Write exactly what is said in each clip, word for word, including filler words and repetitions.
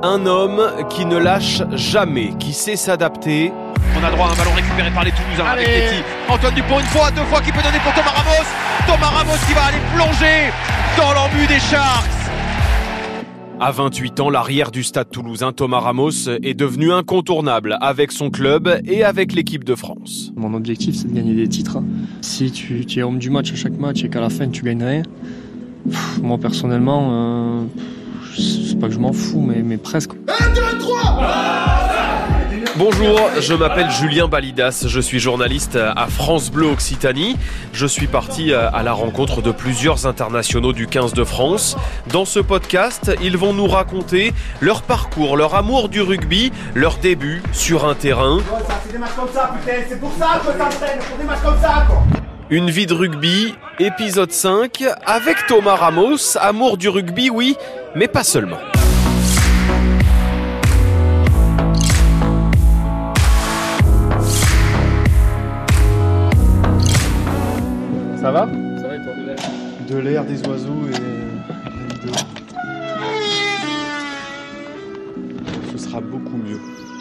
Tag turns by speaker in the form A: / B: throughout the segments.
A: Un homme qui ne lâche jamais, qui sait s'adapter.
B: On a droit à un ballon récupéré par les Toulousains. Allez. Avec Letty. Antoine Dupont une fois, deux fois qui peut donner pour Thomas Ramos. Thomas Ramos qui va aller plonger dans l'embut des Sharks.
A: À vingt-huit ans, l'arrière du Stade Toulousain, Thomas Ramos, est devenu incontournable avec son club et avec l'équipe de France.
C: Mon objectif, c'est de gagner des titres. Si tu, tu es homme du match à chaque match et qu'à la fin tu gagnes rien, pff, moi personnellement, euh, c'est pas que je m'en fous, mais, mais presque.
D: un, deux, trois
A: Bonjour, je m'appelle Julien Balidas, je suis journaliste à France Bleu Occitanie. Je suis parti à la rencontre de plusieurs internationaux du quinze de France. Dans ce podcast, ils vont nous raconter leur parcours, leur amour du rugby, leur début sur un terrain.
D: Oh, ça, c'est des matchs comme ça, putain, c'est pour ça que t'entraînes, pour des matchs comme ça, quoi.
A: Une vie de rugby, épisode cinq, avec Thomas Ramos, amour du rugby, oui, mais pas seulement.
C: Ça va ?
E: Ça va et toi ?
C: De l'air, des oiseaux et des vidéos. Ce sera beaucoup mieux.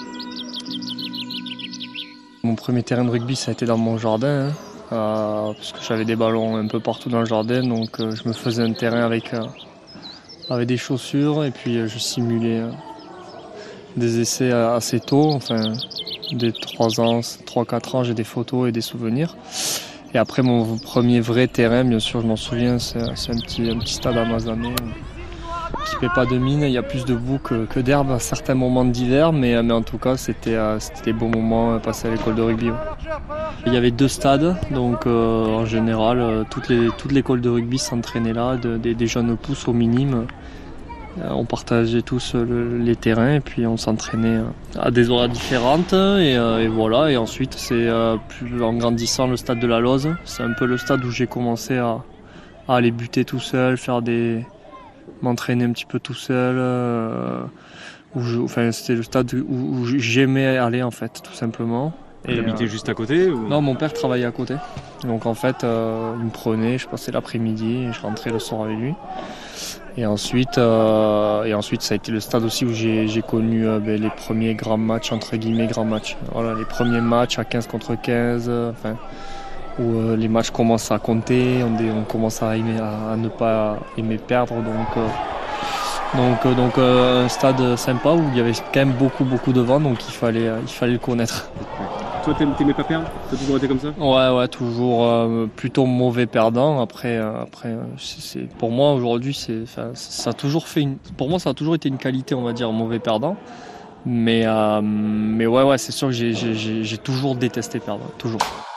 C: Mon premier terrain de rugby, ça a été dans mon jardin, hein, euh, parce que j'avais des ballons un peu partout dans le jardin, donc euh, je me faisais un terrain avec, euh, avec des chaussures et puis euh, je simulais euh, des essais assez tôt, enfin dès trois ans, trois quatre ans, j'ai des photos et des souvenirs. Et après mon premier vrai terrain, bien sûr je m'en souviens, c'est, c'est un, petit, un petit stade à Mazamet qui ne paie pas de mine, il y a plus de boue que, que d'herbe à certains moments d'hiver, mais, mais en tout cas c'était, c'était des bons moments passés à l'école de rugby. Ouais. Il y avait deux stades, donc euh, en général toutes les, toute l'école de rugby s'entraînait là, de, de, des jeunes pousses aux minimes. On partageait tous le, les terrains et puis on s'entraînait à des horaires différentes et, et voilà. Et ensuite, c'est euh, plus, en grandissant, le stade de la Loze. C'est un peu le stade où j'ai commencé à, à aller buter tout seul, faire des, m'entraîner un petit peu tout seul. Euh, où je, enfin, c'était le stade où, où j'aimais aller en fait, tout simplement.
E: Et t'habitais euh, juste à côté ou...
C: Non, mon père travaillait à côté. Donc en fait, euh, il me prenait, je passais l'après-midi et je rentrais le soir avec lui. Et ensuite, euh, et ensuite, ça a été le stade aussi où j'ai, j'ai connu euh, ben, les premiers grands matchs, entre guillemets grands matchs. Voilà, les premiers matchs à quinze contre quinze, euh, enfin, où euh, les matchs commencent à compter, on, on commence à, aimer, à, à ne pas aimer perdre. Donc, euh, donc, euh, donc euh, un stade sympa où il y avait quand même beaucoup, beaucoup de vent, donc il fallait, euh, il fallait le connaître.
E: Toi, t'aimais pas perdre ? T'as toujours été comme ça ?
C: Ouais, ouais, toujours euh, plutôt mauvais perdant. Après, euh, après, c'est, c'est, pour moi aujourd'hui, c'est, ça a toujours fait une, pour moi, ça a toujours été une qualité, on va dire, mauvais perdant. Mais, euh, mais ouais, ouais, c'est sûr que j'ai, j'ai, j'ai toujours détesté perdre, toujours.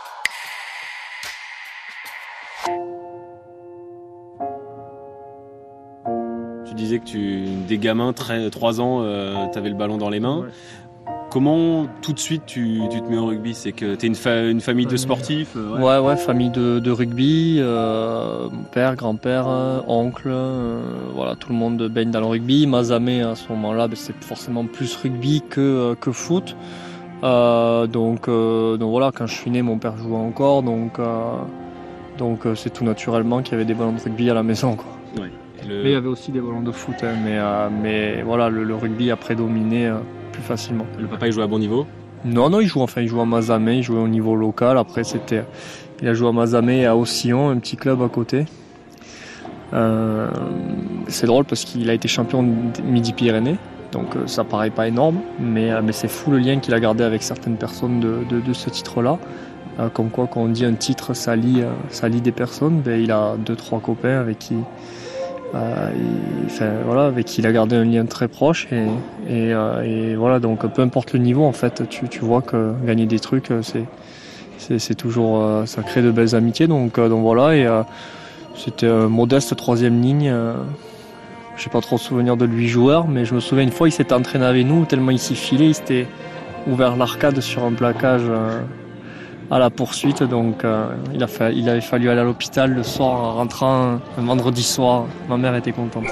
E: Tu disais que tu, des gamins, trois ans, euh, t'avais le ballon dans les mains. Ouais. Comment tout de suite tu, tu te mets au rugby ? C'est que t'es une, fa- une famille de sportifs ? euh,
C: ouais. ouais, ouais, famille de, de rugby, euh, père, grand-père, oncle, euh, voilà, tout le monde baigne dans le rugby. Mazamet à ce moment-là, ben, c'est forcément plus rugby que, que foot. Euh, donc, euh, donc voilà, quand je suis né, mon père jouait encore, donc, euh, donc euh, c'est tout naturellement qu'il y avait des ballons de rugby à la maison, quoi.
E: Ouais. Le...
C: Mais il y avait aussi des ballons de foot, hein, mais, euh, mais voilà, le, le rugby a prédominé euh, plus facilement.
E: Le papa, il jouait à bon niveau ?
C: Non, non, il joue, enfin, il joue à Mazamet, il jouait au niveau local. Après, c'était, il a joué à Mazamet et à Aucillon, un petit club à côté. Euh, c'est drôle parce qu'il a été champion de Midi-Pyrénées, donc euh, ça paraît pas énorme, mais, euh, mais c'est fou le lien qu'il a gardé avec certaines personnes de, de, de ce titre-là. Euh, comme quoi, quand on dit un titre, ça lie, euh, ça lie des personnes. Ben, il a deux, trois copains avec qui. Euh, il, enfin, voilà, avec qui il a gardé un lien très proche et, et, euh, et voilà, donc peu importe le niveau en fait, tu, tu vois que gagner des trucs c'est, c'est, c'est toujours, euh, ça crée de belles amitiés, donc, euh, donc voilà, et euh, c'était un modeste troisième ligne, euh, j'ai pas trop souvenir de lui joueur, mais je me souviens une fois il s'était entraîné avec nous, tellement il s'y filait, il s'était ouvert l'arcade sur un plaquage euh, à la poursuite, donc euh, il, a fa- il avait fallu aller à l'hôpital le soir en rentrant un vendredi soir. Ma mère était contente.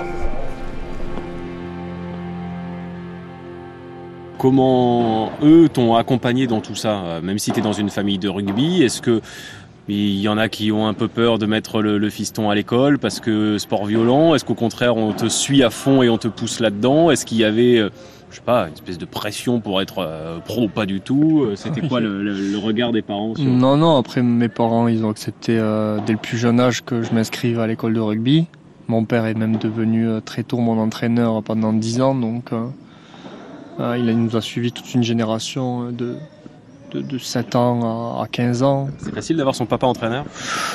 E: Comment eux t'ont accompagné dans tout ça, même si t'es dans une famille de rugby, est-ce que il y en a qui ont un peu peur de mettre le, le fiston à l'école parce que sport violent. Est-ce qu'au contraire, on te suit à fond et on te pousse là-dedans? Est-ce qu'il y avait, euh, je sais pas, une espèce de pression pour être euh, pro? Pas du tout. C'était quoi le, le, le regard des parents sur...
C: Non, non, après mes parents, ils ont accepté euh, dès le plus jeune âge que je m'inscrive à l'école de rugby. Mon père est même devenu euh, très tôt mon entraîneur pendant dix ans, donc euh, euh, il nous a suivi toute une génération de... De, de sept ans à quinze ans.
E: C'est facile d'avoir son papa entraîneur?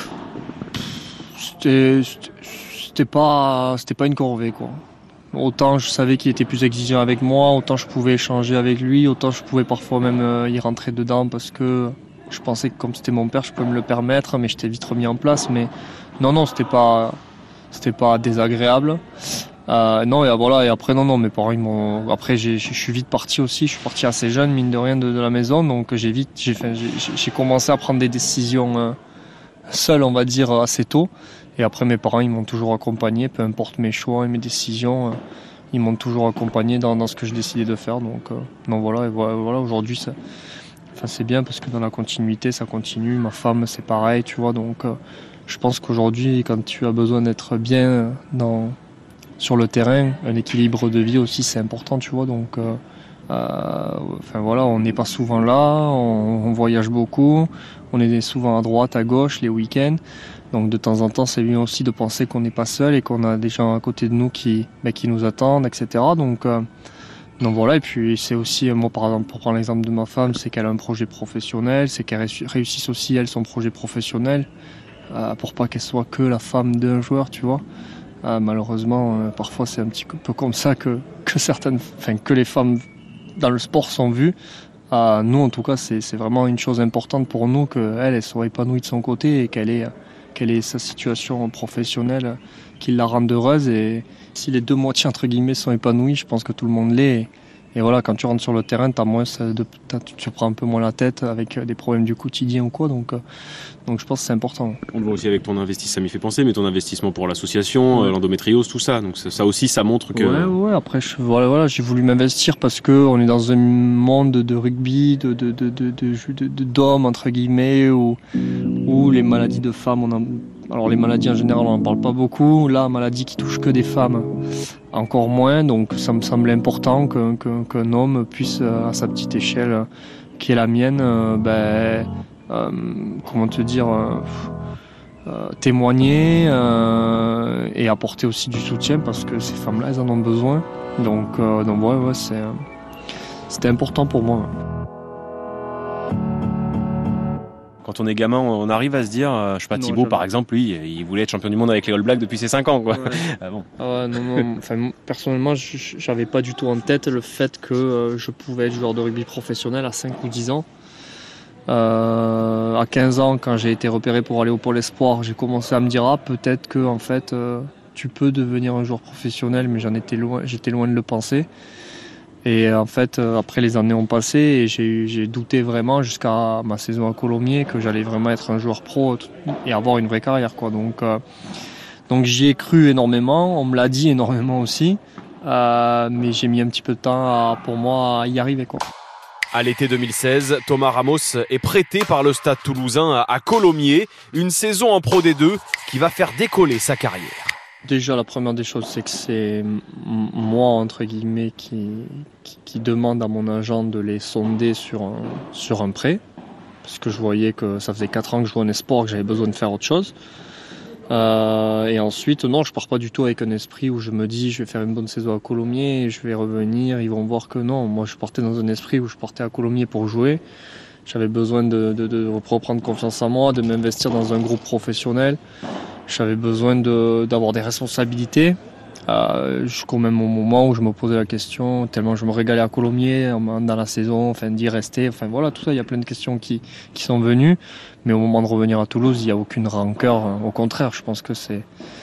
C: C'était, c'était pas, c'était pas une corvée, quoi. Autant je savais qu'il était plus exigeant avec moi, autant je pouvais échanger avec lui, autant je pouvais parfois même euh, y rentrer dedans parce que je pensais que comme c'était mon père, je pouvais me le permettre, mais j'étais vite remis en place. Mais non, non, c'était pas, c'était pas désagréable. Euh, non, et voilà, et après, non, non, mes parents, ils m'ont, après, j'ai, je suis vite parti aussi, je suis parti assez jeune, mine de rien, de, de la maison, donc j'ai vite, j'ai, fait, j'ai, j'ai commencé à prendre des décisions euh, seul, on va dire, assez tôt, et après, mes parents, ils m'ont toujours accompagné, peu importe mes choix et mes décisions, euh, ils m'ont toujours accompagné dans, dans ce que je décidais de faire, donc, euh, non, voilà, et voilà, voilà aujourd'hui, ça, enfin, c'est bien, parce que dans la continuité, ça continue, ma femme, c'est pareil, tu vois, donc, euh, je pense qu'aujourd'hui, quand tu as besoin d'être bien dans sur le terrain, un équilibre de vie aussi, c'est important, tu vois. Donc, euh, euh, enfin voilà, on n'est pas souvent là, on, on voyage beaucoup, on est souvent à droite, à gauche, les week-ends. Donc, de temps en temps, c'est bien aussi de penser qu'on n'est pas seul et qu'on a des gens à côté de nous qui, ben, qui nous attendent, et cetera. Donc, euh, donc voilà. Et puis, c'est aussi, moi, par exemple, pour prendre l'exemple de ma femme, c'est qu'elle a un projet professionnel, c'est qu'elle réussisse aussi elle son projet professionnel, euh, pour pas qu'elle soit que la femme d'un joueur, tu vois. Euh, malheureusement, euh, parfois c'est un petit peu comme ça que, que certaines, enfin que les femmes dans le sport sont vues. Euh, nous, en tout cas, c'est, c'est vraiment une chose importante pour nous qu'elle elle soit épanouie de son côté et qu'elle ait, qu'elle ait sa situation professionnelle qui la rende heureuse. Et si les deux moitiés entre guillemets sont épanouies, je pense que tout le monde l'est. Et, et voilà, quand tu rentres sur le terrain, t'as moins de, t'as, tu te prends un peu moins la tête avec des problèmes du quotidien ou quoi. Donc, donc je pense que c'est important.
E: On le voit aussi avec ton investissement, ça m'y fait penser, mais ton investissement pour l'association, ouais. l'endométriose, tout ça. Donc ça aussi, ça montre que.
C: Ouais, ouais. Après, je, voilà, voilà, j'ai voulu m'investir parce que on est dans un monde de rugby, de, de, de, de, de, de, de d'hommes entre guillemets, où, où les maladies de femmes, on en, alors les maladies en général, on n'en parle pas beaucoup. Là, maladie qui touche que des femmes, encore moins. Donc ça me semble important que, que, qu'un homme puisse, à sa petite échelle, qui est la mienne, euh, ben, euh, comment te dire, euh, euh, témoigner euh, et apporter aussi du soutien parce que ces femmes-là, elles en ont besoin. Donc, euh, donc ouais, ouais, c'est, c'était important pour moi.
E: Quand on est gamin, on arrive à se dire, je sais pas, Thibaut par exemple, lui, il voulait être champion du monde avec les All Blacks depuis ses cinq ans, quoi. Ouais. Ah bon.
C: Ah ouais, non, non. Enfin, personnellement, j'avais pas du tout en tête le fait que euh, je pouvais être joueur de rugby professionnel à cinq ou dix ans. Euh, à quinze ans, quand j'ai été repéré pour aller au Pôle Espoir, j'ai commencé à me dire, ah, peut-être que en fait, euh, tu peux devenir un joueur professionnel, mais j'en étais loin, j'étais loin de le penser. Et en fait, après les années ont passé et j'ai, j'ai douté vraiment jusqu'à ma saison à Colomiers que j'allais vraiment être un joueur pro et avoir une vraie carrière, quoi. Donc, euh, donc j'y ai cru énormément, on me l'a dit énormément aussi, euh, mais j'ai mis un petit peu de temps à, pour moi à y arriver, quoi.
A: À l'été deux mille seize, Thomas Ramos est prêté par le Stade Toulousain à Colomiers, une saison en Pro D deux qui va faire décoller sa carrière.
C: Déjà, la première des choses, c'est que c'est moi, entre guillemets, qui, qui, qui demande à mon agent de les sonder sur un, sur un prêt. Parce que je voyais que ça faisait quatre ans que je jouais en espoir, que j'avais besoin de faire autre chose. Euh, et ensuite, non, je pars pas du tout avec un esprit où je me dis, je vais faire une bonne saison à Colomiers, et je vais revenir, ils vont voir que non. Moi, je partais dans un esprit où je partais à Colomiers pour jouer. J'avais besoin de, de, de reprendre confiance en moi, de m'investir dans un groupe professionnel. J'avais besoin de, d'avoir des responsabilités euh, jusqu'au même moment où je me posais la question, tellement je me régalais à Colomiers dans la saison, enfin d'y rester, enfin voilà, tout ça, il y a plein de questions qui, qui sont venues. Mais au moment de revenir à Toulouse, il n'y a aucune rancœur. Au contraire, je pense que c'est,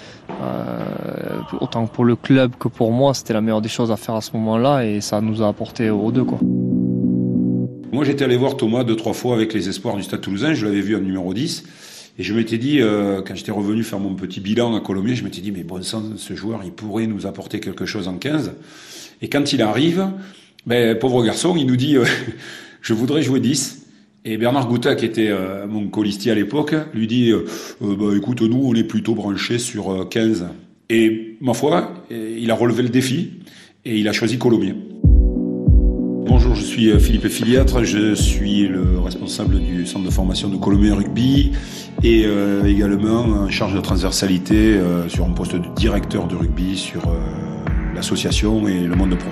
C: euh, autant pour le club que pour moi, c'était la meilleure des choses à faire à ce moment-là et ça nous a apporté aux deux, quoi.
F: Moi, j'étais allé voir Thomas deux, trois fois avec les espoirs du Stade Toulousain, je l'avais vu en numéro dix. Et je m'étais dit, euh, quand j'étais revenu faire mon petit bilan à Colomiers, je m'étais dit, mais bon sang, ce joueur, il pourrait nous apporter quelque chose en quinze. Et quand il arrive, ben, pauvre garçon, il nous dit, euh, je voudrais jouer dix. Et Bernard Gouta, qui était euh, mon colistier à l'époque, lui dit euh, euh, bah, écoute, nous, on est plutôt branchés sur euh, quinze. Et ma foi, il a relevé le défi et il a choisi Colomiers. Bonjour, je suis Philippe Filiatre, je suis le responsable du centre de formation de Colomiers Rugby et euh, également en charge de transversalité euh, sur un poste de directeur de rugby sur euh, l'association et le monde pro.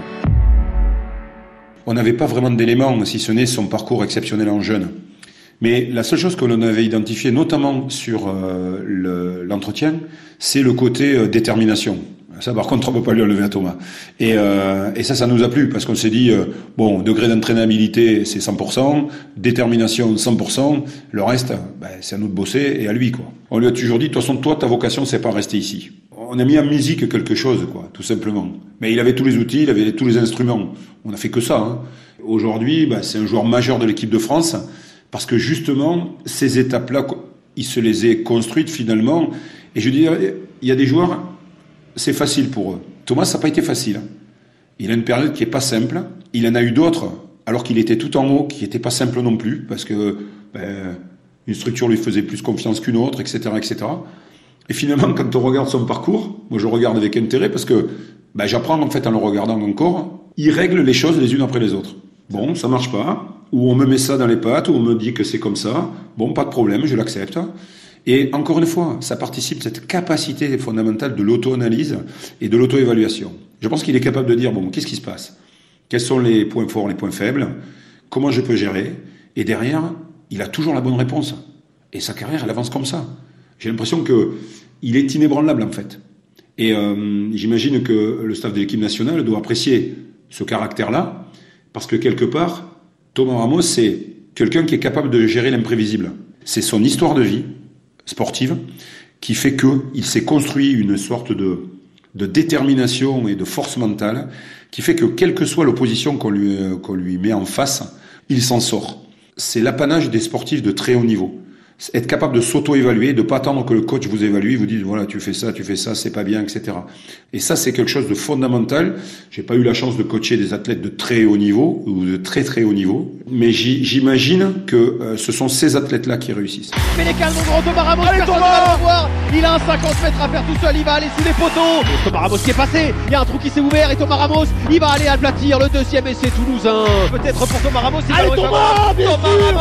F: On n'avait pas vraiment d'éléments, si ce n'est son parcours exceptionnel en jeune. Mais la seule chose que l'on avait identifiée, notamment sur euh, le, l'entretien, c'est le côté euh, détermination. Ça, par contre, on ne peut pas lui enlever à Thomas. Et, euh, et ça, ça nous a plu, parce qu'on s'est dit, euh, bon, degré d'entraînabilité, c'est cent pour cent, détermination, cent pour cent, le reste, ben, c'est à nous de bosser et à lui, quoi. On lui a toujours dit, de toute façon, toi, ta vocation, c'est pas rester ici. On a mis en musique quelque chose, quoi, tout simplement. Mais il avait tous les outils, il avait tous les instruments. On n'a fait que ça, hein. Aujourd'hui, ben, c'est un joueur majeur de l'équipe de France, parce que justement, ces étapes-là, il se les est construites finalement. Et je veux dire, il y a des joueurs, c'est facile pour eux. Thomas, ça n'a pas été facile. Il a une période qui n'est pas simple. Il en a eu d'autres, alors qu'il était tout en haut, qui n'étaient pas simples non plus, parce que ben, une structure lui faisait plus confiance qu'une autre, et cetera, et cetera. Et finalement, quand on regarde son parcours, moi je regarde avec intérêt, parce que ben, j'apprends en fait en le regardant encore, il règle les choses les unes après les autres. Bon, ça marche pas, ou on me met ça dans les pattes, ou on me dit que c'est comme ça. Bon, pas de problème, je l'accepte. Et encore une fois, ça participe de cette capacité fondamentale de l'auto-analyse et de l'auto-évaluation. Je pense qu'il est capable de dire, bon, qu'est-ce qui se passe? Quels sont les points forts, les points faibles? Comment je peux gérer? Et derrière, il a toujours la bonne réponse. Et sa carrière, elle avance comme ça. J'ai l'impression que il est inébranlable, en fait. Et euh, j'imagine que le staff de l'équipe nationale doit apprécier ce caractère-là, parce que quelque part, Thomas Ramos, c'est quelqu'un qui est capable de gérer l'imprévisible. C'est son histoire de vie sportive qui fait qu'il s'est construit une sorte de, de détermination et de force mentale qui fait que quelle que soit l'opposition qu'on lui, qu'on lui met en face, il s'en sort. C'est l'apanage des sportifs de très haut niveau. Être capable de s'auto-évaluer, de ne pas attendre que le coach vous évalue, vous dise voilà, tu fais ça, tu fais ça, c'est pas bien, et cetera. Et ça, c'est quelque chose de fondamental. J'ai pas eu la chance de coacher des athlètes de très haut niveau ou de très très haut niveau, mais j'imagine que euh, ce sont ces athlètes-là qui réussissent.
B: Mais les calmes, mon grand Thomas Ramos, personne ne va le voir. Il a un cinquante mètres à faire tout seul, il va aller sous les poteaux. Et Thomas Ramos qui est passé, il y a un trou qui s'est ouvert et Thomas Ramos, il va aller aplatir le deuxième essai toulousain. Peut-être pour Thomas Ramos, il
D: Allez
B: va
D: Thomas, bien
B: Thomas
D: sûr.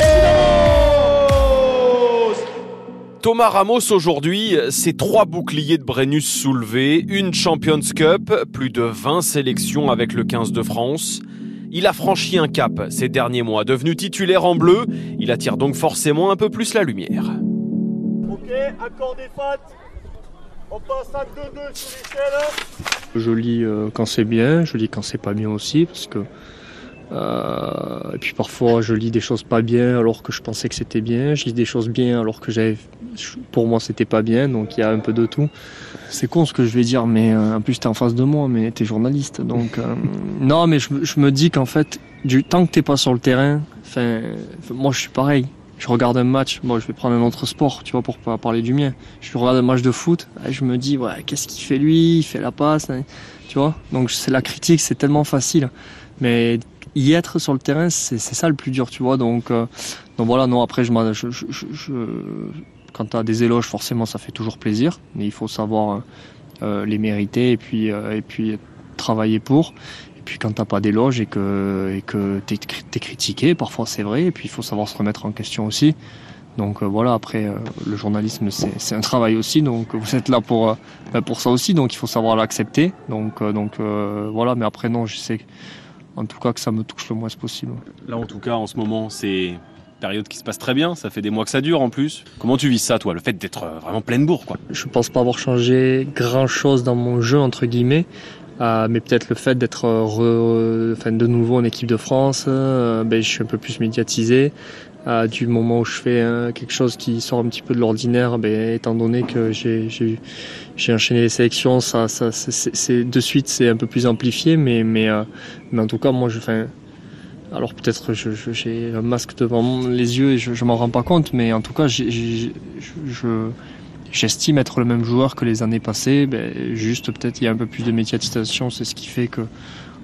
B: Ramos.
A: Thomas Ramos aujourd'hui, c'est trois boucliers de Brennus soulevés, une Champions Cup, plus de vingt sélections avec le quinze de France. Il a franchi un cap ces derniers mois, devenu titulaire en bleu. Il attire donc forcément un peu plus la lumière.
D: Ok, accord des fautes. On passe à deux deux sur l'échelle.
C: Je lis euh, quand c'est bien, je lis quand c'est pas bien aussi, parce que Euh, et puis parfois je lis des choses pas bien alors que je pensais que c'était bien, je lis des choses bien alors que j'avais, pour moi c'était pas bien, donc il y a un peu de tout. C'est con ce que je vais dire, mais euh, en plus t'es en face de moi, mais t'es journaliste, donc euh, non, mais je, je me dis qu'en fait, du tant que t'es pas sur le terrain, enfin moi je suis pareil. Je regarde un match, moi je vais prendre un autre sport, tu vois, pour pas parler du mien. Je regarde un match de foot, je me dis ouais, qu'est-ce qu'il fait lui, il fait la passe, tu vois. Donc c'est la critique, c'est tellement facile, mais y être sur le terrain, c'est, c'est ça le plus dur, tu vois. Donc, euh, donc voilà, non, après, je, je, je, je, quand tu as des éloges, forcément, ça fait toujours plaisir. Mais il faut savoir euh, les mériter et puis, euh, et puis travailler pour. Et puis quand tu n'as pas d'éloges et que, et que tu es critiqué, parfois c'est vrai. Et puis il faut savoir se remettre en question aussi. Donc euh, voilà, après, euh, le journalisme, c'est, c'est un travail aussi. Donc vous êtes là pour, euh, pour ça aussi. Donc il faut savoir l'accepter. Donc, euh, donc euh, voilà, mais après, non, je sais que en tout cas que ça me touche le moins possible.
E: Là en tout cas en ce moment c'est une période qui se passe très bien, ça fait des mois que ça dure en plus. Comment tu vis ça toi, le fait d'être vraiment pleine bourre quoi?
C: Je pense pas avoir changé grand chose dans mon jeu entre guillemets, euh, mais peut-être le fait d'être re, enfin, de nouveau en équipe de France, euh, ben, je suis un peu plus médiatisé. Euh, du moment où je fais euh, quelque chose qui sort un petit peu de l'ordinaire, ben, étant donné que j'ai, j'ai, j'ai enchaîné les sélections, ça, ça, c'est, c'est, de suite c'est un peu plus amplifié, mais, mais, euh, mais en tout cas moi je, enfin, alors peut-être je, je, j'ai un masque devant les yeux et je, je m'en rends pas compte, mais en tout cas j'ai, j'ai, je, je, j'estime être le même joueur que les années passées. Ben, juste peut-être il y a un peu plus de médiatisation, c'est ce qui fait que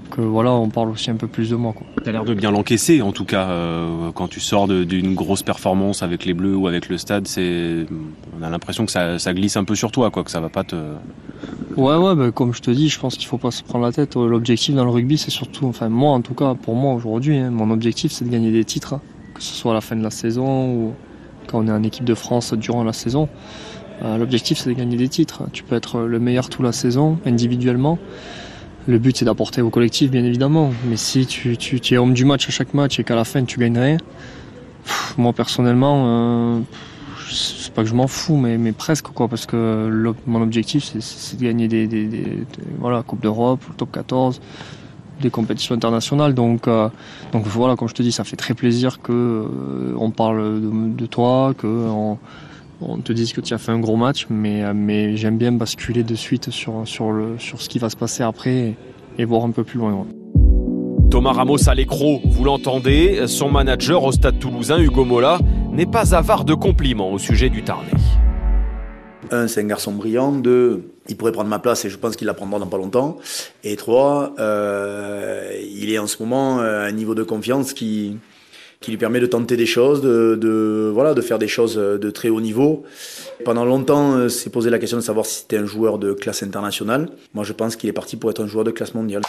C: que voilà, on parle aussi un peu plus de moi, quoi.
E: T'as l'air de bien l'encaisser, en tout cas, euh, quand tu sors de, d'une grosse performance avec les Bleus ou avec le Stade, c'est, on a l'impression que ça, ça glisse un peu sur toi, quoi, que ça va pas te...
C: Ouais, ouais, bah, comme je te dis, je pense qu'il faut pas se prendre la tête. L'objectif dans le rugby, c'est surtout, enfin moi en tout cas, pour moi aujourd'hui, hein, mon objectif c'est de gagner des titres, hein, que ce soit à la fin de la saison ou quand on est en équipe de France durant la saison. Euh, l'objectif c'est de gagner des titres. Tu peux être le meilleur toute la saison, individuellement. Le but c'est d'apporter au collectif, bien évidemment. Mais si tu, tu, tu es homme du match à chaque match et qu'à la fin tu gagnes rien, pff, moi personnellement, euh, c'est pas que je m'en fous, mais, mais presque, quoi, parce que le, mon objectif c'est, c'est de gagner des, des, des, des voilà, Coupe d'Europe, le top quatorze, des compétitions internationales. Donc, euh, donc voilà, comme je te dis, ça fait très plaisir que euh, on parle de, de toi, que on, on te dise que tu as fait un gros match, mais, mais j'aime bien basculer de suite sur, sur, le, sur ce qui va se passer après et, et voir un peu plus loin. Ouais.
A: Thomas Ramos à l'écro, vous l'entendez, son manager au Stade Toulousain, Hugo Mola, n'est pas avare de compliments au sujet du Tarnais.
G: Un, c'est un garçon brillant. Deux, il pourrait prendre ma place et je pense qu'il la prendra dans pas longtemps. Et trois, euh, il est en ce moment à un niveau de confiance qui, qui lui permet de tenter des choses, de, de, voilà, de faire des choses de très haut niveau. Pendant longtemps, s'est posé la question de savoir si c'était un joueur de classe internationale. Moi, je pense qu'il est parti pour être un joueur de classe mondiale.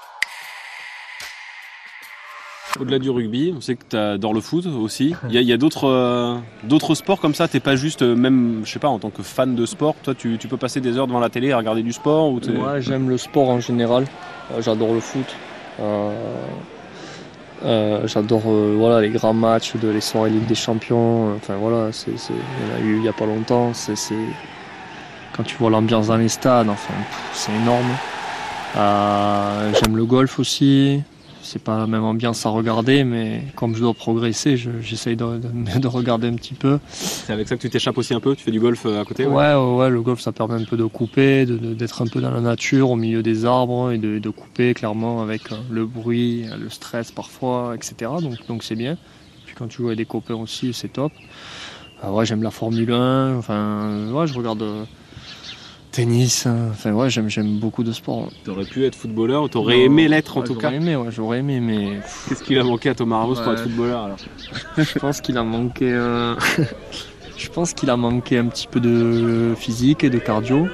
E: Au-delà du rugby, on sait que tu adores le foot aussi. Il y a, il y a d'autres, euh, d'autres sports comme ça. T'es pas juste, euh, même, je sais pas, en tant que fan de sport, toi, tu, tu peux passer des heures devant la télé à regarder du sport ou t'es...
C: Ouais, j'aime le sport en général. Euh, j'adore le foot. Euh, euh, j'adore euh, voilà, les grands matchs, de, les soirées Ligue des Champions. Enfin voilà, c'est, c'est, il y en a eu il y a pas longtemps. C'est, c'est, quand tu vois l'ambiance dans les stades, enfin, c'est énorme. Euh, j'aime le golf aussi. C'est pas la même ambiance à regarder, mais comme je dois progresser, je, j'essaye de, de, de regarder un petit peu.
E: C'est avec ça que tu t'échappes aussi un peu? Tu fais du golf à côté?
C: Ouais, ouais, ouais, le golf ça permet un peu de couper, de, de, d'être un peu dans la nature, au milieu des arbres, et de, de couper clairement avec le bruit, le stress parfois, et cetera. Donc, donc c'est bien. Puis quand tu joues avec des copains aussi, c'est top. Euh, ouais, j'aime la Formule un, enfin, ouais, je regarde... Euh, tennis, enfin ouais, j'aime, j'aime beaucoup de sport.
E: T'aurais pu être footballeur ou t'aurais non, aimé l'être en
C: ouais,
E: tout
C: j'aurais
E: cas
C: aimé, ouais, j'aurais aimé, mais...
E: Qu'est-ce qu'il a manqué à Thomas Ramos ouais. pour être footballeur alors?
C: Je pense qu'il a manqué... Euh... Je pense qu'il a manqué un petit peu de physique et de cardio.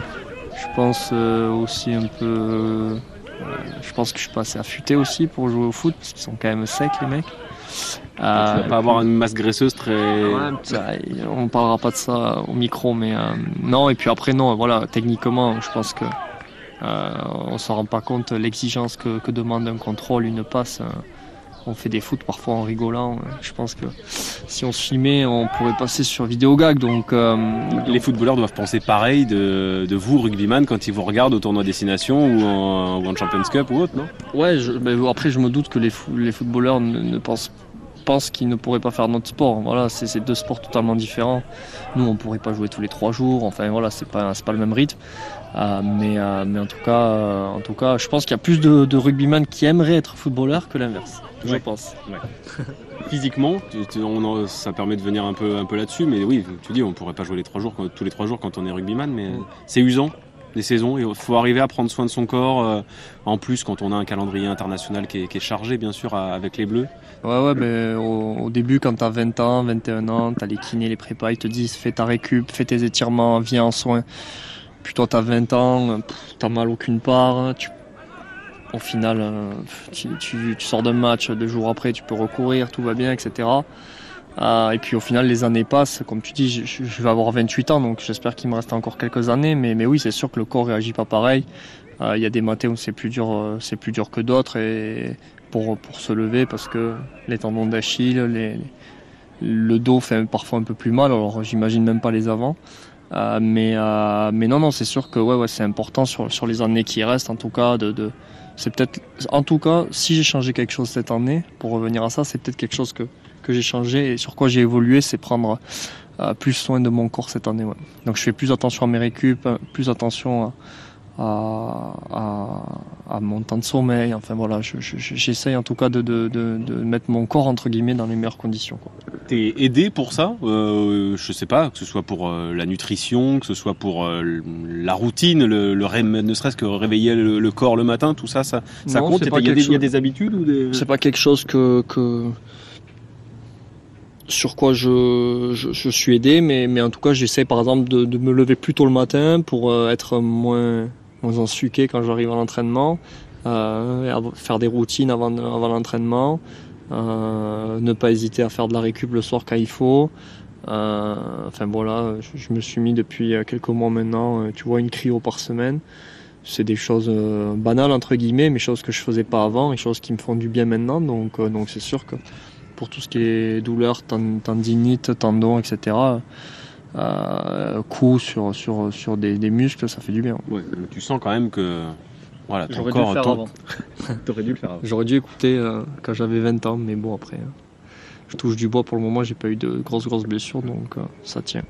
C: Je pense euh, aussi un peu... Euh... Je pense que je suis pas assez affûté aussi pour jouer au foot, parce qu'ils sont quand même secs les mecs.
E: Euh, tu vas pas avoir une masse graisseuse très...
C: Ouais, ça, on parlera pas de ça au micro, mais euh, non, et puis après non, voilà, techniquement, je pense que euh, on s'en rend pas compte l'exigence que, que demande un contrôle, une passe. Euh, on fait des foot parfois en rigolant. Je pense que si on se filmait, on pourrait passer sur vidéogag. Donc, euh,
E: les footballeurs doivent penser pareil de, de vous, rugbyman, quand ils vous regardent au tournoi Destination ou en, ou en Champions Cup ou autre, non?
C: Ouais, je, ben, après je me doute que les, les footballeurs ne, ne pensent pense qu'ils ne pourraient pas faire notre sport. Voilà, c'est, c'est deux sports totalement différents. Nous, on pourrait pas jouer tous les trois jours. Enfin, voilà, c'est pas, c'est pas le même rythme. Euh, mais, euh, mais en tout cas, euh, en tout cas, je pense qu'il y a plus de, de rugbyman qui aimeraient être footballeurs que l'inverse. Je
E: ouais.
C: pense.
E: Ouais. Physiquement, tu, tu, on, ça permet de venir un peu, un peu là-dessus. Mais oui, tu dis, on pourrait pas jouer les trois jours, tous les trois jours quand on est rugbyman, mais mm. c'est usant. Des saisons, il faut arriver à prendre soin de son corps. Euh, en plus, quand on a un calendrier international qui est, qui est chargé, bien sûr, à, avec les Bleus.
C: Ouais, ouais, mais au, au début, quand t'as vingt ans, vingt et un ans, t'as les kinés, les prépas, ils te disent fais ta récup, fais tes étirements, viens en soins. Puis toi, t'as vingt ans, pff, t'as mal aucune part. Tu, au final, tu, tu, tu sors d'un match, deux jours après, tu peux recourir, tout va bien, et cetera. Euh, et puis au final, les années passent. Comme tu dis, je, je vais avoir vingt-huit ans, donc j'espère qu'il me reste encore quelques années. Mais, mais oui, c'est sûr que le corps réagit pas pareil. Il euh, y a des matins où c'est plus dur, c'est plus dur que d'autres et pour pour se lever parce que les tendons d'Achille, les, le dos fait parfois un peu plus mal. Alors j'imagine même pas les avant. Euh, mais euh, mais non non, c'est sûr que ouais ouais, c'est important sur sur les années qui restent en tout cas de de c'est peut-être en tout cas si j'ai changé quelque chose cette année pour revenir à ça, c'est peut-être quelque chose que que j'ai changé et sur quoi j'ai évolué, c'est prendre euh, plus soin de mon corps cette année. Ouais. Donc je fais plus attention à mes récup, plus attention à, à, à mon temps de sommeil. Enfin voilà, je, je, j'essaye en tout cas de, de, de, de mettre mon corps entre guillemets dans les meilleures conditions, quoi.
E: T'es aidé pour ça, euh, je sais pas, que ce soit pour euh, la nutrition, que ce soit pour euh, la routine, le, le ré... ne serait-ce que réveiller le, le corps le matin, tout ça, ça, ça
C: non,
E: compte. Il y,
C: chose...
E: y a des habitudes ou des...
C: C'est pas quelque chose que, que... sur quoi je, je, je suis aidé, mais, mais en tout cas j'essaie par exemple de, de me lever plus tôt le matin pour euh, être moins, moins ensuqué quand j'arrive à l'entraînement, euh, faire des routines avant, avant l'entraînement. Euh, ne pas hésiter à faire de la récup le soir quand il faut. Euh, enfin voilà, je, je me suis mis depuis quelques mois maintenant, tu vois, une cryo par semaine. C'est des choses euh, banales entre guillemets, mais choses que je faisais pas avant et choses qui me font du bien maintenant. Donc, euh, donc c'est sûr que pour tout ce qui est douleur, tendinite, tendons, et cetera. Euh, coups sur sur sur des, des muscles, ça fait du bien.
E: Ouais, tu sens quand même que voilà, ton
C: J'aurais
E: corps,
C: dû le faire
E: ton...
C: avant.
E: T'aurais dû le faire avant.
C: J'aurais dû écouter euh, quand j'avais vingt ans, mais bon après, euh, je touche du bois pour le moment, j'ai pas eu de grosses grosses blessures, donc euh, ça tient.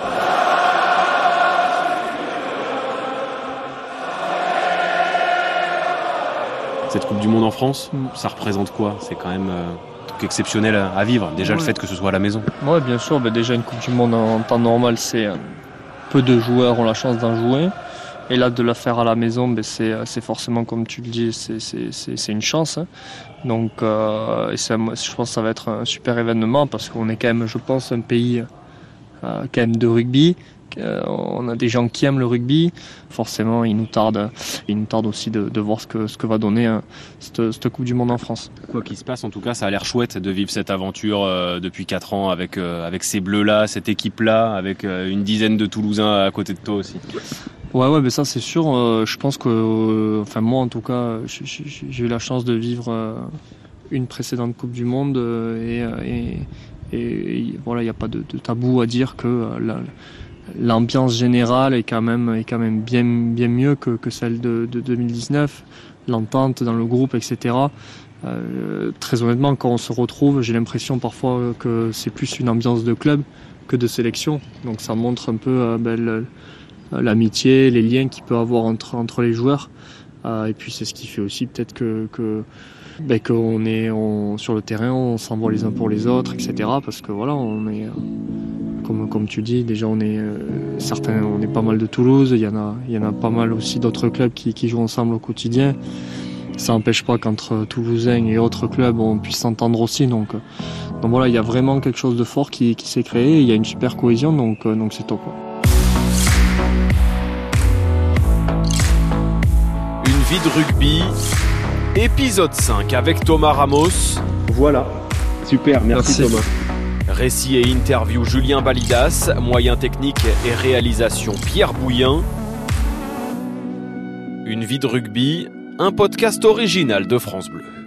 E: Cette Coupe du Monde en France,
C: mm.
E: ça représente quoi? C'est quand même euh, un truc exceptionnel à, à vivre. Déjà ouais. Le fait que ce soit à la maison.
C: Ouais, bien sûr. Bah, déjà une Coupe du Monde en, en temps normal, c'est euh, peu de joueurs ont la chance d'en jouer. Et là, de la faire à la maison, ben, c'est, c'est forcément, comme tu le dis, c'est, c'est, c'est, c'est une chance. Hein. Donc, euh, et ça, je pense que ça va être un super événement parce qu'on est quand même, je pense, un pays euh, quand même de rugby. Euh, on a des gens qui aiment le rugby. Forcément, il nous tarde, il nous tarde aussi de, de voir ce que, ce que va donner hein, cette, cette Coupe du Monde en France.
E: Quoi qu'il se passe, en tout cas, ça a l'air chouette de vivre cette aventure euh, depuis quatre ans avec, euh, avec ces Bleus-là, cette équipe-là, avec euh, une dizaine de Toulousains à côté de toi aussi.
C: Ouais, ouais, mais ça c'est sûr. Euh, je pense que, euh, enfin moi en tout cas, j'ai, j'ai, j'ai eu la chance de vivre euh, une précédente Coupe du Monde euh, et, et, et voilà, il n'y a pas de, de tabou à dire que euh, la, l'ambiance générale est quand même, est quand même bien, bien mieux que, que celle de, de deux mille dix-neuf. L'entente dans le groupe, et cetera. Euh, très honnêtement, quand on se retrouve, j'ai l'impression parfois que c'est plus une ambiance de club que de sélection. Donc ça montre un peu euh, ben, le, l'amitié, les liens qu'il peut avoir entre entre les joueurs. Euh, et puis c'est ce qui fait aussi peut-être que que ben, qu'on est on, sur le terrain, on s'envoie les uns pour les autres, et cetera. Parce que voilà, on est comme comme tu dis, déjà on est euh, certains, on est pas mal de Toulouse. Il y en a il y en a pas mal aussi d'autres clubs qui qui jouent ensemble au quotidien. Ça n'empêche pas qu'entre Toulousains et autres clubs on puisse s'entendre aussi. Donc donc voilà, il y a vraiment quelque chose de fort qui qui s'est créé. Il y a une super cohésion, donc donc c'est top.
A: Vie de rugby, épisode cinq avec Thomas Ramos.
E: Voilà, super, merci, merci Thomas.
A: Récit et interview Julien Balidas, moyens techniques et réalisation Pierre Bouillin. Une vie de rugby, un podcast original de France Bleu.